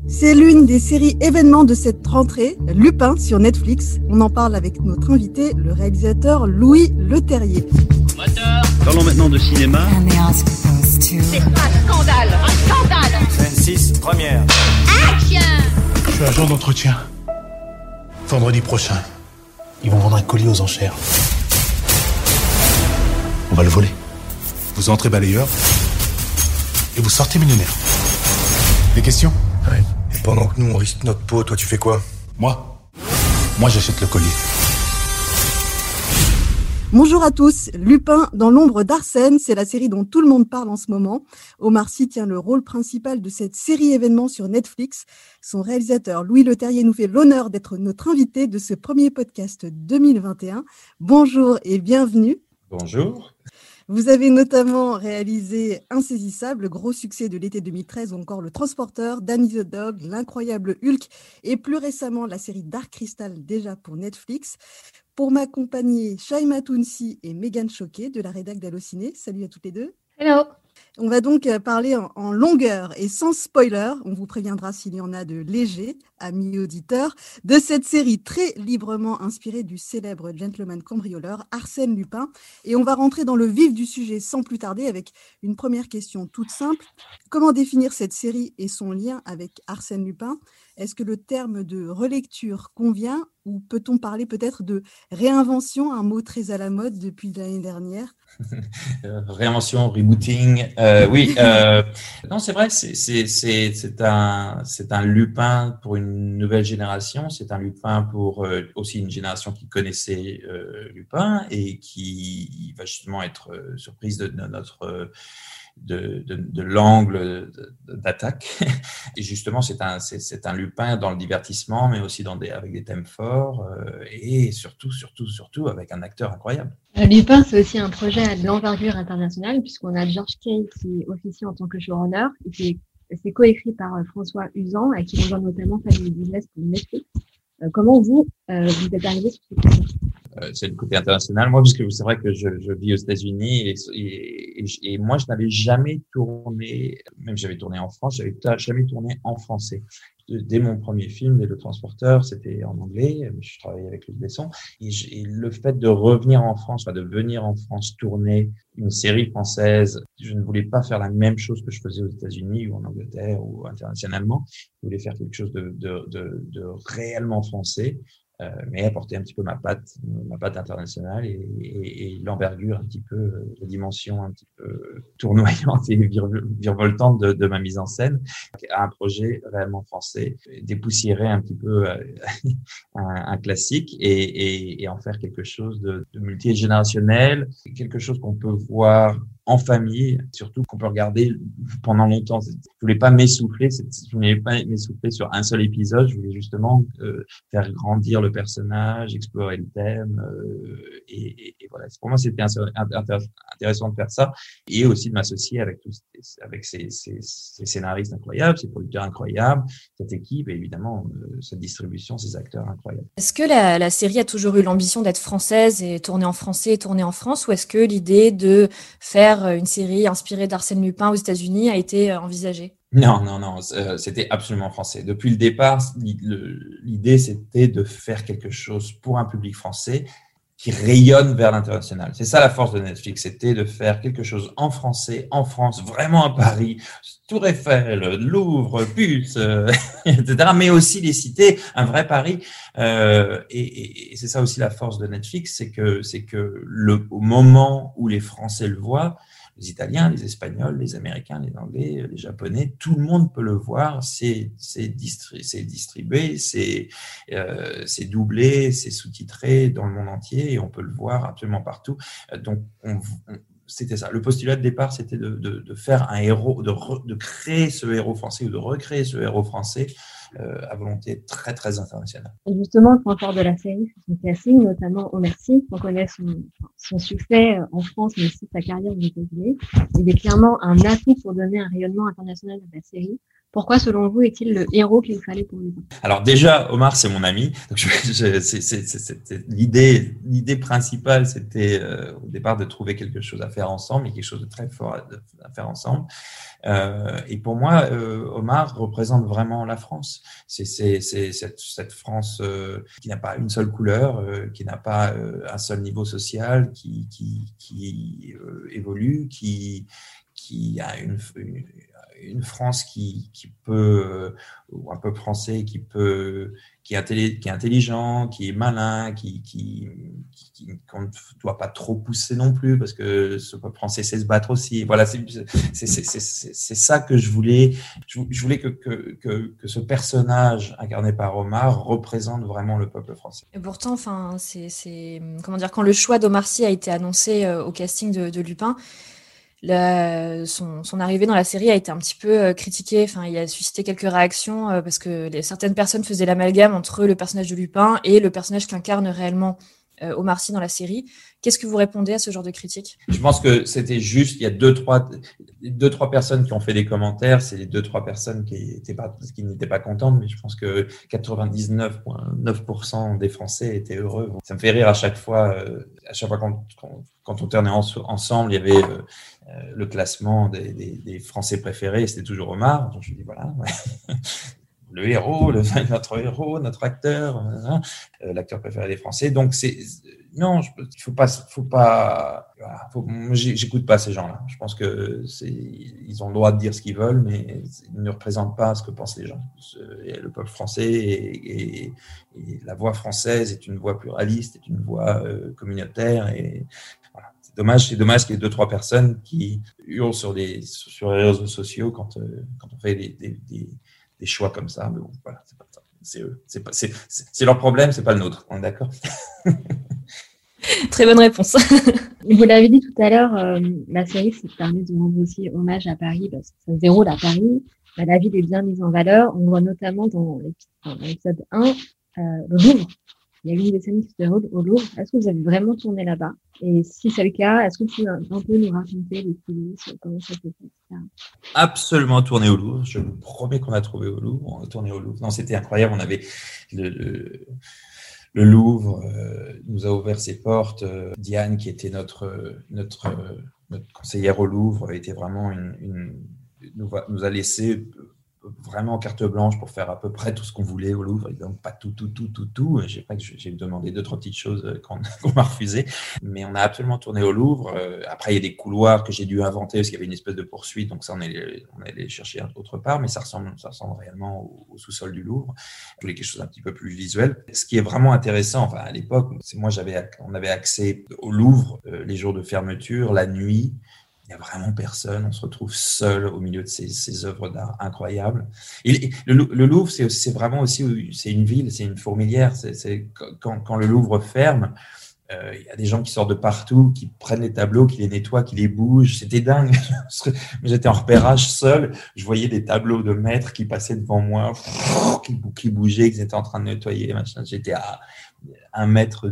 C'est l'une des séries événements de cette rentrée, Lupin sur Netflix. On en parle avec notre invité, le réalisateur Louis Leterrier. Moteur. Parlons maintenant de cinéma. C'est un scandale, un scandale. Scène 6, première. Action. Je suis agent d'entretien. Vendredi prochain, ils vont vendre un colis aux enchères. On va le voler. Vous entrez balayeur et vous sortez millionnaire. Des questions ? Ouais. Et pendant que nous on risque notre peau, toi tu fais quoi ? Moi, j'achète le collier. Bonjour à tous, Lupin dans l'ombre d'Arsène, c'est la série dont tout le monde parle en ce moment. Omar Sy tient le rôle principal de cette série événement sur Netflix. Son réalisateur Louis Leterrier nous fait l'honneur d'être notre invité de ce premier podcast 2021. Bonjour et bienvenue. Bonjour. Vous avez notamment réalisé Insaisissable, le gros succès de l'été 2013, ou encore Le Transporteur, Danny the Dog, L'incroyable Hulk, et plus récemment la série Dark Crystal, déjà pour Netflix. Pour m'accompagner, Shaima Tounsi et Megan Choquet de la rédac d'Allociné. Salut à toutes les deux. Hello. On va donc parler en longueur et sans spoiler, on vous préviendra s'il y en a de léger, amis auditeurs, de cette série très librement inspirée du célèbre gentleman cambrioleur Arsène Lupin. Et on va rentrer dans le vif du sujet sans plus tarder avec une première question toute simple. Comment définir cette série et son lien avec Arsène Lupin ? Est-ce que le terme de relecture convient ou peut-on parler peut-être de réinvention, un mot très à la mode depuis l'année dernière ? Réinvention, rebooting, oui. Non, c'est vrai, c'est un Lupin pour une nouvelle génération. C'est un Lupin pour aussi une génération qui connaissait Lupin et qui va justement être surprise de notre de l'angle d'attaque. Et justement, c'est un Lupin dans le divertissement, mais aussi avec des thèmes forts et surtout avec un acteur incroyable. Lupin, c'est aussi un projet à de l'envergure internationale, puisqu'on a George Kay qui officie en tant que showrunner et qui c'est coécrit par François Uzan, à qui on doit notamment Family Business pour Netflix. Comment vous êtes arrivé sur ce projet ? C'est le côté international. Moi, parce que c'est vrai que je vis aux États-Unis et moi, je n'avais jamais tourné, même j'avais tourné en France, j'avais jamais tourné en français. Dès mon premier film, dès Le Transporteur, c'était en anglais. Je travaillais avec Luc Besson. Et le fait de revenir en France, de venir en France tourner une série française, je ne voulais pas faire la même chose que je faisais aux États-Unis ou en Angleterre ou internationalement. Je voulais faire quelque chose de réellement français. Mais apporter un petit peu ma patte internationale et l'envergure un petit peu, la dimension un petit peu tournoyante et virevoltante de ma mise en scène à un projet réellement français, dépoussiérer un petit peu un classique et en faire quelque chose de multigénérationnel, quelque chose qu'on peut voir en famille, surtout qu'on peut regarder pendant longtemps. Je voulais pas m'essouffler, sur un seul épisode. Je voulais justement faire grandir le personnage, explorer le thème, et voilà. Pour moi, c'était intéressant de faire ça, et aussi de m'associer avec ces scénaristes incroyables, ces producteurs incroyables, cette équipe, et évidemment cette distribution, ces acteurs incroyables. Est-ce que la série a toujours eu l'ambition d'être française et tournée en français et tournée en France, ou est-ce que l'idée de faire une série inspirée d'Arsène Lupin aux États-Unis a été envisagée ? Non, c'était absolument français. Depuis le départ, l'idée, c'était de faire quelque chose pour un public français qui rayonne vers l'international. C'est ça la force de Netflix, c'était de faire quelque chose en français, en France, vraiment à Paris, Tour Eiffel, Louvre, Puce, etc., mais aussi les cités, un vrai Paris. Et c'est ça aussi la force de Netflix, c'est que au moment où les Français le voient, les Italiens, les Espagnols, les Américains, les Anglais, les Japonais, tout le monde peut le voir. C'est distribué, c'est doublé, c'est sous-titré dans le monde entier et on peut le voir absolument partout. Donc, c'était ça. Le postulat de départ, c'était de faire un héros, de créer ce héros français ou de recréer ce héros français à volonté très, très internationale. Et justement, le point fort de la série, c'est son casting, notamment Omar Sy. On connaît son succès en France, mais aussi sa carrière aux États-Unis. Il est clairement un atout pour donner un rayonnement international à la série. Pourquoi, selon vous, est-il le héros qu'il fallait pour Lupin? Alors déjà, Omar, c'est mon ami. Donc l'idée principale, c'était au départ de trouver quelque chose à faire ensemble, et quelque chose de très fort à faire ensemble. Et pour moi, Omar représente vraiment la France. C'est cette France qui n'a pas une seule couleur, qui n'a pas un seul niveau social, qui évolue, qui a une France qui peut, ou un peuple français qui est intelligent, qui est malin, qu'on ne doit pas trop pousser non plus, parce que ce peuple français sait se battre aussi. Voilà, c'est ça que je voulais. Je voulais que ce personnage incarné par Omar représente vraiment le peuple français. Et pourtant, enfin, comment dire, quand le choix d'Omar Sy a été annoncé au casting de Lupin, son arrivée dans la série a été un petit peu critiquée. Enfin, il a suscité quelques réactions parce que certaines personnes faisaient l'amalgame entre le personnage de Lupin et le personnage qu'incarne réellement Omar Sy dans la série. Qu'est-ce que vous répondez à ce genre de critique? Je pense que c'était juste, il y a deux, trois personnes qui ont fait des commentaires. C'est les 2-3 personnes qui n'étaient pas contentes, mais je pense que 99,9% des Français étaient heureux. Ça me fait rire à chaque fois quand on tournait ensemble, il y avait le classement des Français préférés, et c'était toujours Omar. Donc je me dis voilà. Le héros, notre héros, notre acteur, l'acteur préféré des Français. Donc non, j'écoute pas ces gens-là. Je pense que ils ont le droit de dire ce qu'ils veulent, mais ils ne représentent pas ce que pensent les gens. Le peuple français et la voix française est une voix pluraliste, est une voix communautaire, et voilà. C'est dommage qu'il y ait 2-3 personnes qui hurlent sur les réseaux sociaux quand on fait des choix comme ça, mais bon, voilà, c'est pas ça. C'est eux. C'est leur problème, c'est pas le nôtre. On est d'accord? Très bonne réponse. Vous l'avez dit tout à l'heure, la série permet de rendre aussi hommage à Paris, parce que ça se déroule à Paris. La ville est bien mise en valeur. On voit notamment dans l'épisode 1 le Louvre. Il y a une des scènes qui se déroule au Louvre. Est-ce que vous avez vraiment tourné là-bas? Et si c'est le cas, est-ce que vous pouvez un peu nous raconter les coulisses, comment ça s'est fait, etc. Absolument tourné au Louvre. Je vous promets qu'on a trouvé au Louvre. On a tourné au Louvre. Non, c'était incroyable. On avait le Louvre nous a ouvert ses portes. Diane, qui était notre conseillère au Louvre, était vraiment nous a laissé vraiment carte blanche pour faire à peu près tout ce qu'on voulait au Louvre, évidemment pas tout. J'ai demandé 2-3 petites choses qu'on m'a refusé, mais on a absolument tourné au Louvre. Après, il y a des couloirs que j'ai dû inventer parce qu'il y avait une espèce de poursuite, donc ça on est allé chercher autre part, mais ça ressemble réellement au sous-sol du Louvre. Je voulais quelque chose un petit peu plus visuel. Ce qui est vraiment intéressant, enfin à l'époque, on avait accès au Louvre les jours de fermeture, la nuit. Il n'y a vraiment personne, on se retrouve seul au milieu de ces œuvres d'art incroyables. Et le Louvre, c'est vraiment aussi, c'est une ville, c'est une fourmilière. Quand le Louvre ferme, il y a des gens qui sortent de partout, qui prennent les tableaux, qui les nettoient, qui les bougent. C'était dingue. J'étais en repérage seul, je voyais des tableaux de maîtres qui passaient devant moi, qui bougeaient, qui étaient en train de nettoyer. Machin. J'étais à 1,5 mètre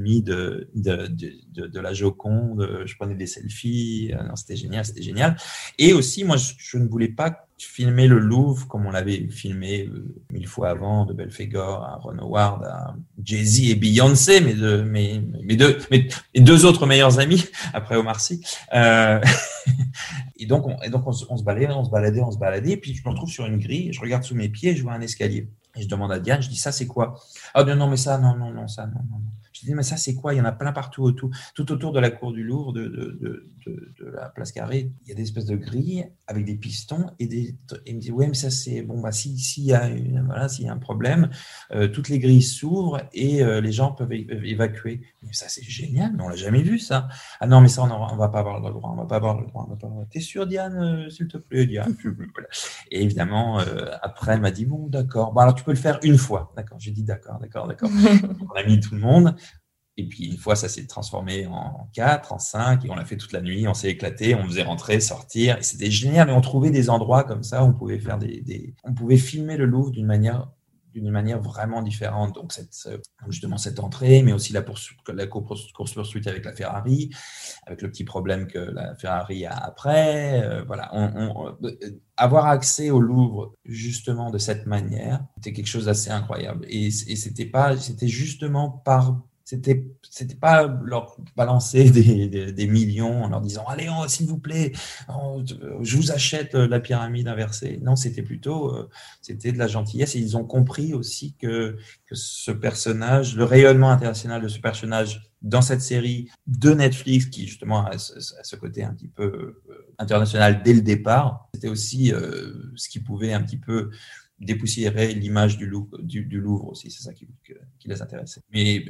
de la Joconde, je prenais des selfies, non, c'était génial. Et aussi, moi, je ne voulais pas filmer le Louvre comme on l'avait filmé 1000 fois avant, de Belphégor à Ron Howard, à Jay-Z et Beyoncé, mes deux autres meilleurs amis après Omar Sy. Et donc on se baladait, et puis je me retrouve sur une grille, je regarde sous mes pieds, je vois un escalier. Et je demande à Diane, je dis, ça, c'est quoi? Ah non, mais ça, non, ça, non. Je dis, mais ça, c'est quoi? Il y en a plein partout, tout autour de la cour du Louvre, de la place Carrée. Il y a des espèces de grilles avec des pistons, et il me dit, ouais, mais ça, c'est bon, bah, s'il y a un problème, toutes les grilles s'ouvrent et les gens peuvent évacuer. Mais ça, c'est génial, mais on l'a jamais vu, ça. Ah non, mais ça, on va pas avoir le droit, T'es sûr, Diane, s'il te plaît, Diane? Voilà. Et évidemment, après, elle m'a dit, bon, d'accord. Bon, alors, tu peux le faire une fois. D'accord. J'ai dit, d'accord. On a mis tout le monde. Et puis, une fois, ça s'est transformé en 4, en 5, et on l'a fait toute la nuit, on s'est éclaté, on faisait rentrer, sortir, et c'était génial. Et on trouvait des endroits comme ça où on pouvait faire on pouvait filmer le Louvre d'une manière d'une manière vraiment différente. Donc, justement, cette entrée, mais aussi la course-poursuite avec la Ferrari, avec le petit problème que la Ferrari a après. Voilà, avoir accès au Louvre, justement, de cette manière, c'était quelque chose d'assez incroyable. Et c'était justement c'était pas leur balancer des millions en leur disant « Allez, s'il vous plaît, je vous achète la pyramide inversée ». Non, c'était plutôt c'était de la gentillesse. Et ils ont compris aussi que ce personnage, le rayonnement international de ce personnage dans cette série de Netflix, qui justement a ce côté un petit peu international dès le départ, c'était aussi ce qui pouvait un petit peu dépoussiérer l'image du Louvre aussi, c'est ça qui les intéressait. Mais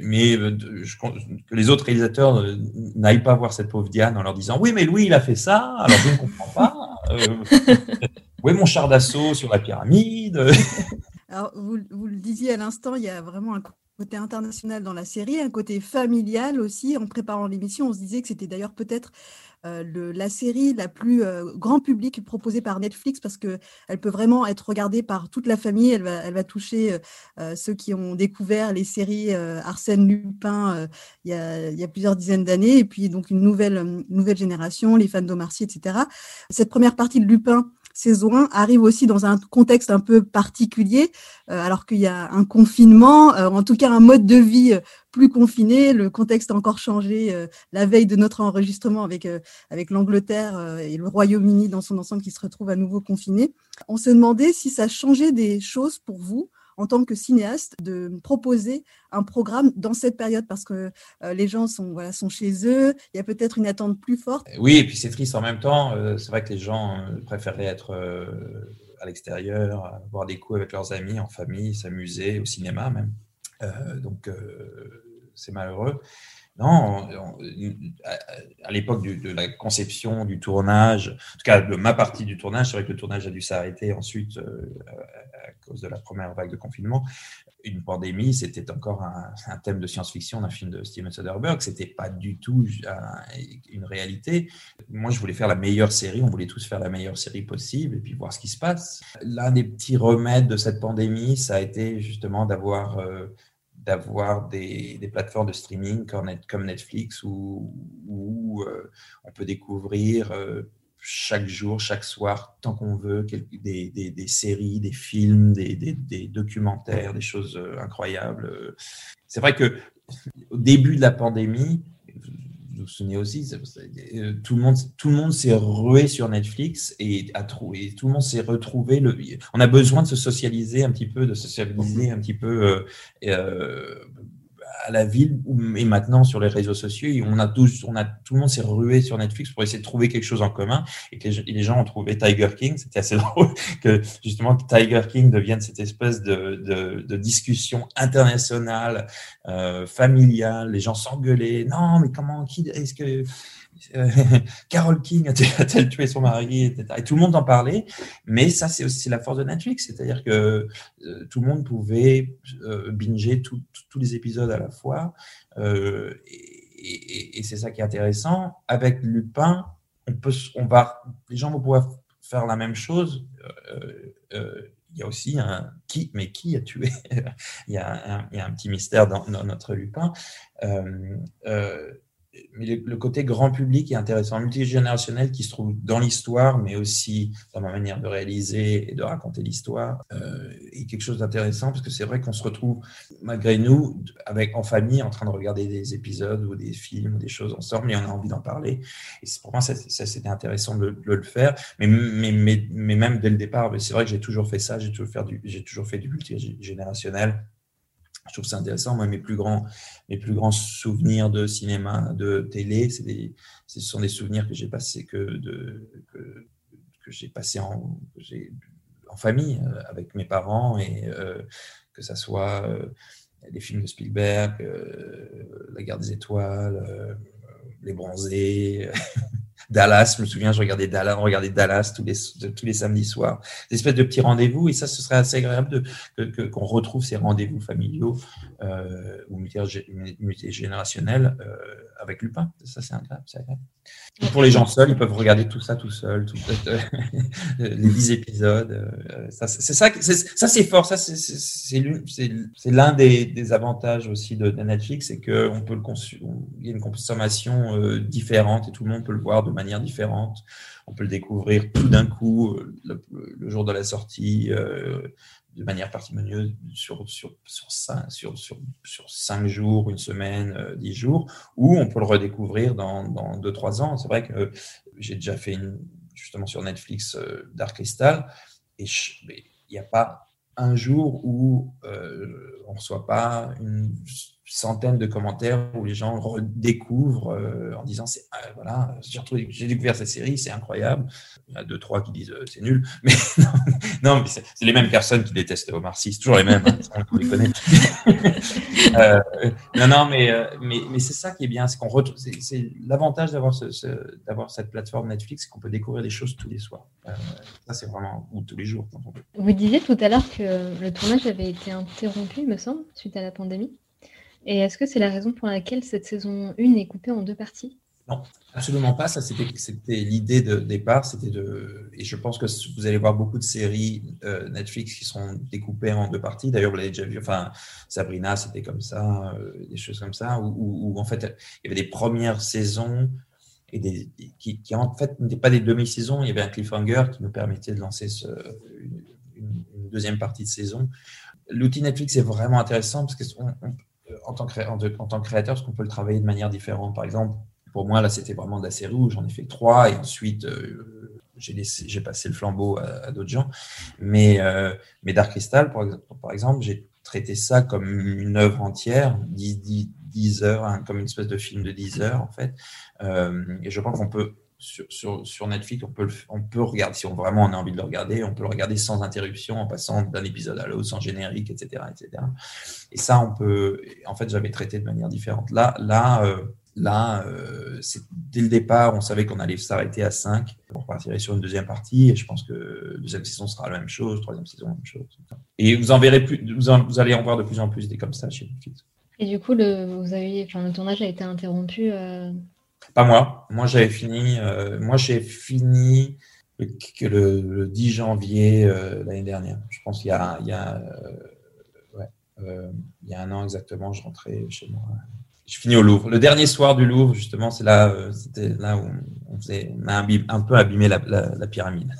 que les autres réalisateurs n'aillent pas voir cette pauvre Diane en leur disant « Oui, mais Louis, il a fait ça, alors je ne comprends pas. Où est mon char d'assaut sur la pyramide ?» Alors, vous le disiez à l'instant, il y a vraiment un côté international dans la série, un côté familial aussi. En préparant l'émission, on se disait que c'était d'ailleurs peut-être la série la plus grand public proposée par Netflix, parce qu'elle peut vraiment être regardée par toute la famille. Elle va toucher ceux qui ont découvert les séries Arsène Lupin il y a plusieurs dizaines d'années, et puis donc une nouvelle génération, les fans d'Omar Sy, etc. Cette première partie de Lupin, saison 1, arrive aussi dans un contexte un peu particulier, alors qu'il y a un confinement, en tout cas un mode de vie plus confiné. Le contexte a encore changé la veille de notre enregistrement avec l'Angleterre et le Royaume-Uni dans son ensemble qui se retrouvent à nouveau confinés. On se demandait si ça changeait des choses pour vous en tant que cinéaste de proposer un programme dans cette période, parce que les gens sont chez eux, il y a peut-être une attente plus forte. Oui, et puis c'est triste en même temps. C'est vrai que les gens préféraient être à l'extérieur, boire des coups avec leurs amis, en famille, s'amuser, au cinéma même. Donc, c'est malheureux. Non, à l'époque de la conception, du tournage, en tout cas de ma partie du tournage, c'est vrai que le tournage a dû s'arrêter ensuite à cause de la première vague de confinement. Une pandémie, c'était encore un thème de science-fiction d'un film de Steven Soderbergh. C'était pas du tout une réalité. Moi, je voulais faire la meilleure série. On voulait tous faire la meilleure série possible et puis voir ce qui se passe. L'un des petits remèdes de cette pandémie, ça a été justement d'avoir des plateformes de streaming comme Netflix où on peut découvrir chaque jour, chaque soir, tant qu'on veut, des séries, des films, des documentaires, des choses incroyables. C'est vrai qu'au début de la pandémie, vous vous souvenez aussi, tout le monde s'est rué sur Netflix et tout le monde s'est retrouvé. On a besoin de se socialiser un petit peu, à la ville et maintenant sur les réseaux sociaux. Et tout le monde s'est rué sur Netflix pour essayer de trouver quelque chose en commun, et que les gens ont trouvé Tiger King. C'était assez drôle que justement Tiger King devienne cette espèce de discussion internationale, familiale. Les gens s'engueulaient. Non, mais est-ce que Carole King a-t-elle tué son mari, etc. Et tout le monde en parlait. Mais ça, c'est aussi la force de Netflix, c'est-à-dire que tout le monde pouvait binger tous les épisodes à la fois, et c'est ça qui est intéressant. Avec Lupin, les gens vont pouvoir faire la même chose. Il y a aussi qui a tué. Il y a un petit mystère dans notre Lupin. Mais le côté grand public est intéressant, multigénérationnel, qui se trouve dans l'histoire, mais aussi dans ma manière de réaliser et de raconter l'histoire, est quelque chose d'intéressant, parce que c'est vrai qu'on se retrouve, malgré nous, en famille, en train de regarder des épisodes ou des films ou des choses ensemble, mais on a envie d'en parler. Et pour moi, ça c'était intéressant de le faire. Mais même dès le départ, c'est vrai que j'ai toujours fait ça, j'ai toujours fait du multigénérationnel. Je trouve ça intéressant. Moi, mes plus grands souvenirs de cinéma, de télé, ce sont des souvenirs que j'ai passés en famille avec mes parents, et que ça soit les films de Spielberg, La Guerre des Étoiles, Les Bronzés, Dallas, je me souviens, on regardait Dallas tous les samedis soirs. Des espèces de petits rendez-vous, et ça, ce serait assez agréable qu'on retrouve ces rendez-vous familiaux ou multigénérationnels avec Lupin. Ça, c'est agréable. Pour les gens seuls, ils peuvent regarder tout ça tout seuls, les 10 épisodes. Ça, c'est fort. Ça, c'est l'un des avantages aussi de Netflix, c'est qu'on peut il y a une consommation différente et tout le monde peut le voir de manière différente. On peut le découvrir tout d'un coup le jour de la sortie, de manière parcimonieuse sur 5 jours, une semaine, 10 jours, ou on peut le redécouvrir dans 2-3 ans. C'est vrai que j'ai déjà fait justement sur Netflix Dark Crystal, et il n'y a pas un jour où on ne reçoit pas une centaine de commentaires où les gens redécouvrent en disant voilà, j'ai découvert cette série, c'est incroyable. Il y en a 2-3 qui disent c'est nul, mais non, mais c'est les mêmes personnes qui détestent Omar Sy, c'est toujours les mêmes, on les connaît. Mais c'est ça qui est bien, c'est qu'on retrouve, c'est l'avantage d'avoir cette plateforme Netflix, c'est qu'on peut découvrir des choses tous les soirs. Ça c'est vraiment, ou tous les jours quand on veut. Vous disiez tout à l'heure que le tournage avait été interrompu, il me semble, suite à la pandémie. Et est-ce que c'est la raison pour laquelle cette saison 1 est coupée en 2 parties ? Non, absolument pas. Ça, c'était l'idée de départ. Et je pense que vous allez voir beaucoup de séries Netflix qui seront découpées en 2 parties. D'ailleurs, vous l'avez déjà vu. Enfin, Sabrina, c'était comme ça, des choses comme ça, où en fait, il y avait des premières saisons et qui en fait n'étaient pas des demi-saisons. Il y avait un cliffhanger qui nous permettait de lancer une deuxième partie de saison. L'outil Netflix est vraiment intéressant parce que en tant que créateur, parce qu'on peut le travailler de manière différente. Par exemple, pour moi, là, c'était vraiment de la série où j'en ai fait 3 et ensuite, j'ai passé le flambeau à d'autres gens. Mais Dark Crystal, par exemple, j'ai traité ça comme une œuvre entière, 10 heures, comme une espèce de film de 10 heures, en fait. Et je pense qu'on peut, sur Netflix, on peut regarder, si vraiment on a envie de le regarder, on peut le regarder sans interruption, en passant d'un épisode à l'autre, sans générique, etc., etc. Et ça, on peut. En fait, j'avais traité de manière différente. Là, c'est dès le départ, on savait qu'on allait s'arrêter à 5 pour partir sur une deuxième partie. Et je pense que la deuxième saison sera la même chose, troisième saison la même chose. Et vous en verrez plus. Vous allez en voir de plus en plus des comme ça chez Netflix. Et du coup, le tournage a été interrompu. Pas moi. Moi, j'ai fini le 10 janvier l'année dernière. Je pense qu'il y a 1 an exactement, je rentrais chez moi. Je finis au Louvre. Le dernier soir du Louvre, justement, c'était là où on a un peu abîmé la pyramide.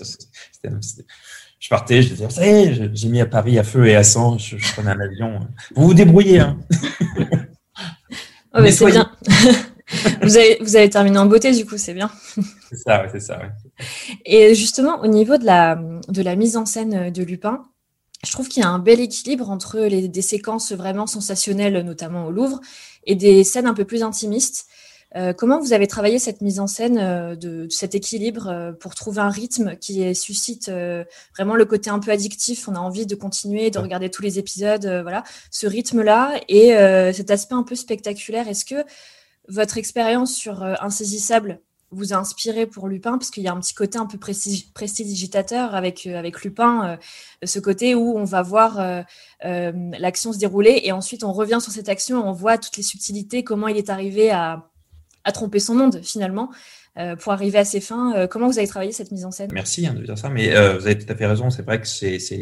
Je partais, je disais, ça y est, j'ai mis à Paris à feu et à sang, je prenais un avion. Vous vous débrouillez, hein. Oh, mais c'est bien. Vous avez terminé en beauté, du coup, c'est bien. C'est ça, ouais. Et justement, au niveau de la mise en scène de Lupin, je trouve qu'il y a un bel équilibre entre des séquences vraiment sensationnelles, notamment au Louvre, et des scènes un peu plus intimistes. Comment vous avez travaillé cette mise en scène, de cet équilibre pour trouver un rythme qui suscite vraiment le côté un peu addictif, on a envie de continuer, de regarder tous les épisodes, voilà, ce rythme-là et cet aspect un peu spectaculaire. Est-ce que votre expérience sur Insaisissable vous a inspiré pour Lupin, parce qu'il y a un petit côté un peu prestidigitateur avec Lupin, ce côté où on va voir l'action se dérouler et ensuite on revient sur cette action, on voit toutes les subtilités, comment il est arrivé à tromper son monde finalement pour arriver à ses fins. Comment vous avez travaillé cette mise en scène ? Merci de dire ça, mais vous avez tout à fait raison. C'est vrai que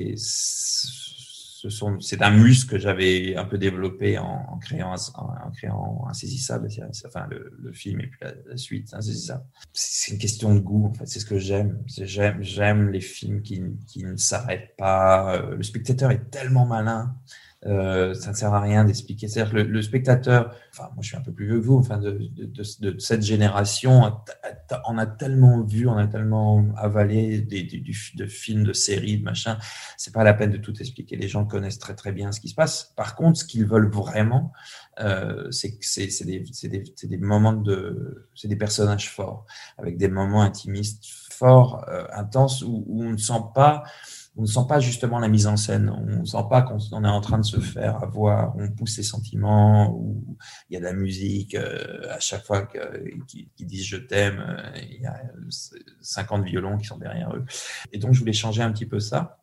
c'est un muscle que j'avais un peu développé en créant Insaisissable, enfin le film et puis la suite Insaisissable. C'est une question de goût, en fait. C'est ce que j'aime. J'aime les films qui ne s'arrêtent pas. Le spectateur est tellement malin. Ça ne sert à rien d'expliquer. C'est-à-dire que le spectateur, enfin moi je suis un peu plus vieux que vous, enfin de cette génération, on a tellement vu, on a tellement avalé de films, de séries, de machin. C'est pas la peine de tout expliquer. Les gens connaissent très très bien ce qui se passe. Par contre, ce qu'ils veulent vraiment, c'est des moments c'est des personnages forts, avec des moments intimistes forts, intenses, où on ne sent pas on ne sent pas justement la mise en scène, on ne sent pas qu'on est en train de se faire avoir, on pousse ses sentiments, ou il y a de la musique, à chaque fois qu'ils disent je t'aime, il y a 50 violons qui sont derrière eux. Et donc je voulais changer un petit peu ça.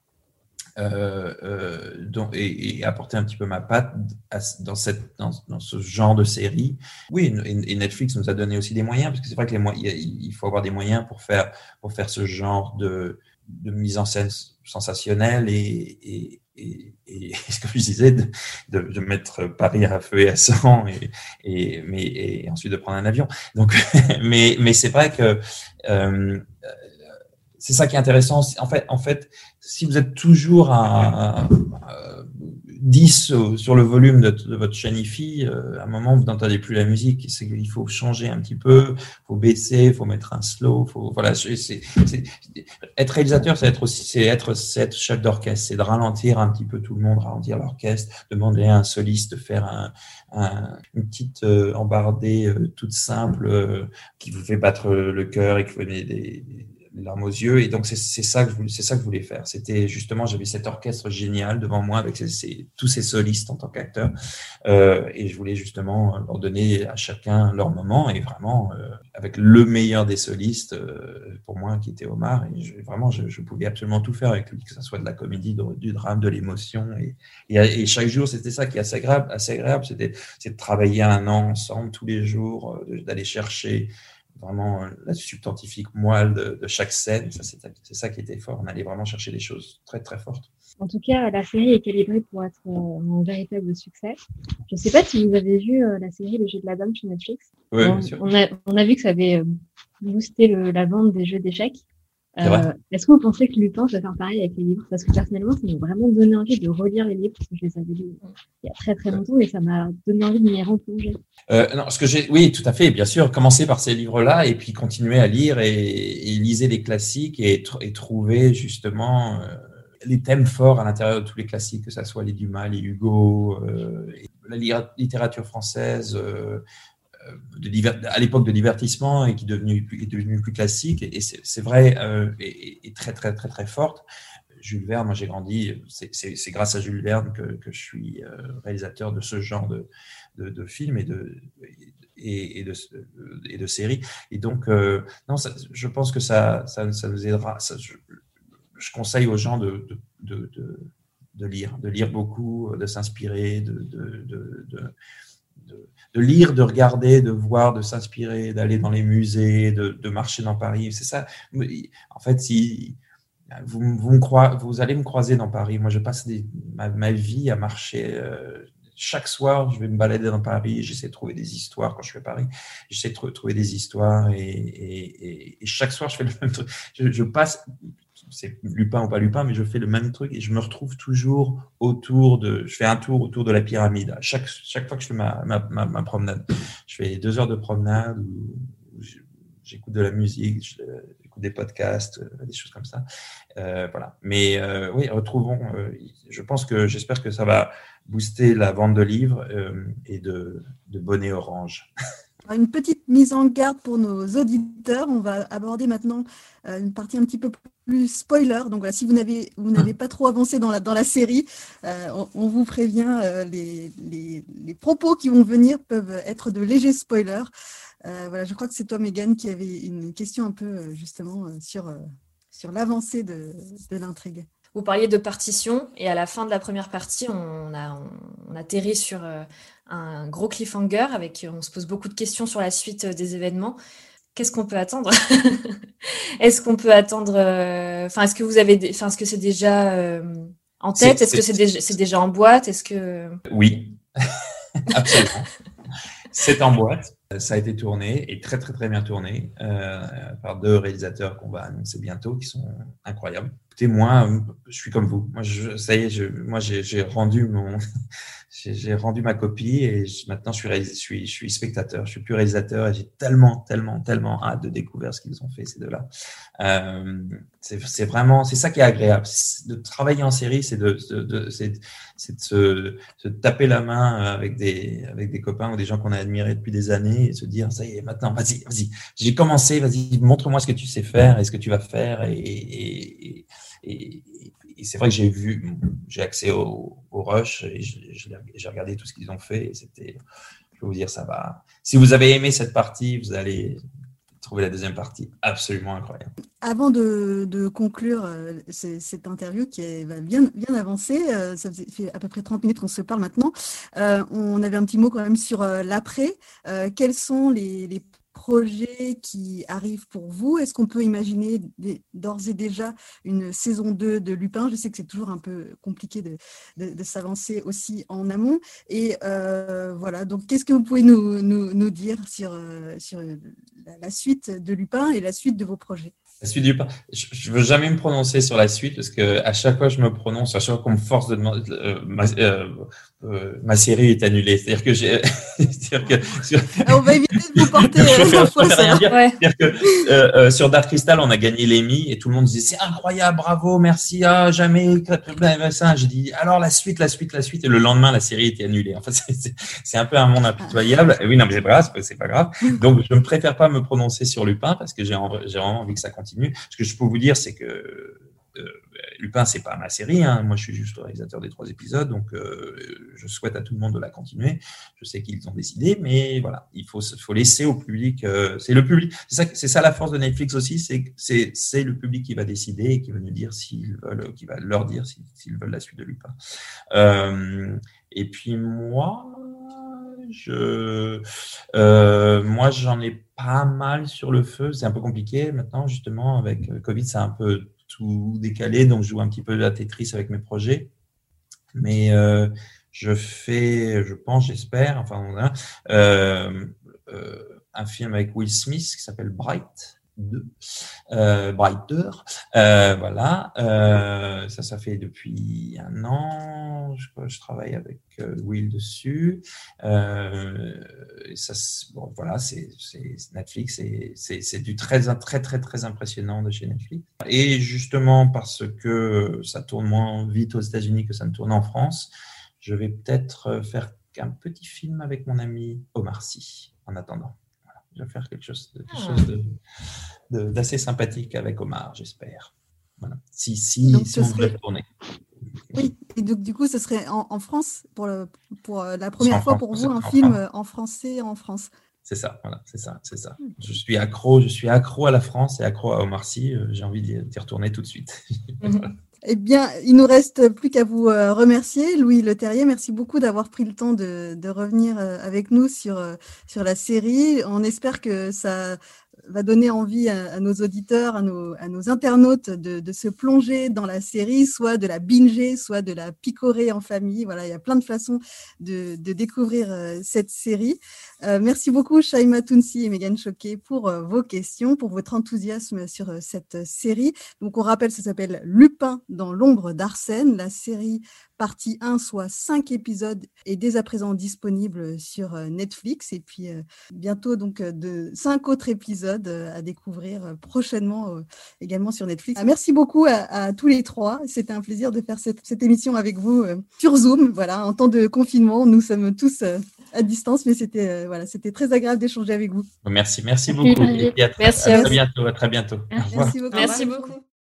Et apporter un petit peu ma patte dans ce genre de série. Oui, et Netflix nous a donné aussi des moyens, parce que c'est vrai que il faut avoir des moyens pour faire ce genre de mise en scène sensationnelle et ce que je disais, de mettre Paris à feu et à sang et ensuite de prendre un avion. Donc, mais c'est vrai que c'est ça qui est intéressant. En fait, si vous êtes toujours à 10 sur le volume de votre chaîne IFI, à un moment, vous n'entendez plus la musique. C'est qu'il faut changer un petit peu, il faut baisser, il faut mettre un slow. Voilà, être réalisateur, c'est être chef d'orchestre, c'est de ralentir un petit peu tout le monde, ralentir l'orchestre, demander à un soliste de faire une petite embardée toute simple qui vous fait battre le cœur et qui vous met des larmes aux yeux. Et donc c'est ça que je voulais faire. C'était justement, j'avais cet orchestre génial devant moi avec tous ces solistes en tant qu'acteur, et je voulais justement leur donner à chacun leur moment, et vraiment avec le meilleur des solistes pour moi, qui était Omar. Et je pouvais absolument tout faire avec lui, que ce soit de la comédie, du drame, de l'émotion, et chaque jour, c'était ça qui est assez agréable, c'est de travailler 1 an ensemble tous les jours, d'aller chercher vraiment la substantifique moelle de chaque scène. C'est ça qui était fort. On allait vraiment chercher des choses très, très fortes. En tout cas, la série est calibrée pour être un véritable succès. Je ne sais pas si vous avez vu la série Le Jeu de la Dame sur Netflix. Oui, bien sûr. On a vu que ça avait boosté la vente des jeux d'échecs. Est-ce que vous pensez que Lupin va faire pareil avec les livres? Parce que personnellement, ça m'a vraiment donné envie de relire les livres, parce que je les avais lus il y a très très longtemps, et ça m'a donné envie de m'y replonger. Oui, tout à fait, bien sûr. Commencer par ces livres-là et puis continuer à lire et lisez les classiques et trouver justement les thèmes forts à l'intérieur de tous les classiques, que ça soit les Dumas, les Hugo, la littérature française. À l'époque de divertissement, et qui est devenu plus classique, et c'est vrai, et très très très très forte. Jules Verne, moi j'ai grandi, c'est grâce à Jules Verne que je suis réalisateur de ce genre de films et de séries. Et donc je pense que ça nous aidera. Je conseille aux gens de lire beaucoup, de s'inspirer, de lire, de regarder, de voir, de s'inspirer, d'aller dans les musées, de marcher dans Paris. C'est ça. En fait, si vous allez me croiser dans Paris. Moi, je passe ma vie à marcher. Chaque soir, je vais me balader dans Paris. J'essaie de trouver des histoires quand je suis à Paris. J'essaie de trouver des histoires, et chaque soir, je fais le même truc. Je passe. C'est Lupin ou pas Lupin, mais je fais le même truc et je me retrouve toujours je fais un tour autour de la pyramide. Chaque fois que je fais ma promenade, je fais 2 heures de promenade où j'écoute de la musique, j'écoute des podcasts, des choses comme ça. Voilà. Mais oui, retrouvons. J'espère que ça va booster la vente de livres et de bonnets orange. Une petite mise en garde pour nos auditeurs. On va aborder maintenant une partie un petit peu plus spoiler. Donc voilà, si vous n'avez pas trop avancé dans la série, on vous prévient, les propos qui vont venir peuvent être de légers spoilers. Voilà, je crois que c'est toi, Mégane, qui avait une question un peu justement sur l'avancée de l'intrigue. Vous parliez de partition, et à la fin de la première partie, on atterrit sur un gros cliffhanger on se pose beaucoup de questions sur la suite des événements. Qu'est-ce qu'on peut attendre? Est-ce qu'on peut attendre est-ce que vous avez est-ce que c'est déjà en tête? Est-ce que c'est déjà en boîte? Oui, absolument. C'est en boîte. Ça a été tourné, et très très très bien tourné, par 2 réalisateurs qu'on va annoncer bientôt, qui sont incroyables. Écoutez, moi, je suis comme vous. Moi, j'ai rendu j'ai rendu ma copie, et maintenant je suis spectateur. Je suis plus réalisateur, et j'ai tellement hâte de découvrir ce qu'ils ont fait, ces 2-là. C'est vraiment, c'est ça qui est agréable. De travailler en série, c'est de se taper la main avec des copains ou des gens qu'on a admirés depuis des années, et se dire, ça y est, maintenant, vas-y, j'ai commencé, vas-y, montre-moi ce que tu sais faire et ce que tu vas faire, et Et c'est vrai que j'ai accès au Rush et j'ai regardé tout ce qu'ils ont fait. Et c'était, je peux vous dire, ça va. Si vous avez aimé cette partie, vous allez trouver la deuxième partie absolument incroyable. Avant de conclure cette interview qui va bien avancer, ça fait à peu près 30 minutes qu'on se parle maintenant, on avait un petit mot quand même sur l'après. Quels sont les projets qui arrivent pour vous? Est-ce qu'on peut imaginer d'ores et déjà une saison 2 de Lupin? Je sais que c'est toujours un peu compliqué de s'avancer aussi en amont. Et voilà, donc qu'est-ce que vous pouvez nous dire sur la suite de Lupin et la suite de vos projets? La suite du Lupin. Je ne veux jamais me prononcer sur la suite parce qu'à chaque fois je me prononce, à chaque fois qu'on me force de demander, ma série est annulée. C'est-à-dire que on va éviter de vous porter rien dire. Ouais. C'est-à-dire que sur Dark Crystal, on a gagné l'Emmy et tout le monde disait c'est incroyable, bravo, merci, jamais. Ça, j'ai dit alors la suite et le lendemain la série était annulée. Enfin, c'est un peu un monde impitoyable. Et oui, non, mais c'est pas grave. Donc je ne préfère pas me prononcer sur Lupin parce que j'ai vraiment envie que ça continue. Ce que je peux vous dire, c'est que Lupin, c'est pas ma série. Hein. Moi, je suis juste le réalisateur des 3 épisodes, donc je souhaite à tout le monde de la continuer. Je sais qu'ils ont décidé, mais voilà, il faut laisser au public. C'est le public. C'est ça la force de Netflix aussi, c'est le public qui va décider et qui va nous dire s'ils veulent, qui va leur dire s'ils veulent la suite de Lupin. Et puis moi, j'en ai pas mal sur le feu. C'est un peu compliqué maintenant, justement, avec Covid, c'est un peu tout décalé, donc je joue un petit peu de la Tetris avec mes projets. Mais je fais, je pense, j'espère, enfin, un film avec Will Smith qui s'appelle Bright 2, Brighter, voilà. Ça fait depuis 1 an. Je travaille avec Will dessus. Bon, voilà, c'est Netflix, c'est du très impressionnant de chez Netflix. Et justement parce que ça tourne moins vite aux États-Unis que ça ne tourne en France, je vais peut-être faire un petit film avec mon ami Omar Sy en attendant. Je vais faire quelque chose d'assez sympathique avec Omar, j'espère. Voilà. Si on voulait tourner. Oui, et donc du coup, ce serait en France pour la première fois pour vous un film en français en France. C'est ça, voilà, c'est ça. Je suis accro à la France et accro à Omar Sy. J'ai envie d'y retourner tout de suite. Eh bien, il nous reste plus qu'à vous remercier, Louis Leterrier. Merci beaucoup d'avoir pris le temps de revenir avec nous sur la série. On espère que ça va donner envie à nos auditeurs, à nos internautes de se plonger dans la série, soit de la binger, soit de la picorer en famille. Voilà, il y a plein de façons de découvrir cette série. Merci beaucoup, Shaima Tounsi et Megan Choquet, pour vos questions, pour votre enthousiasme sur cette série. Donc, on rappelle, ça s'appelle Lupin dans l'ombre d'Arsène, la série partie 1, soit 5 épisodes, est dès à présent disponible sur Netflix. Et puis, bientôt, donc, de 5 autres épisodes à découvrir prochainement également sur Netflix. Merci beaucoup à tous les 3. C'était un plaisir de faire cette émission avec vous sur Zoom. Voilà, en temps de confinement, nous sommes tous à distance, mais c'était très agréable d'échanger avec vous. Merci beaucoup. Et à très bientôt. Merci beaucoup.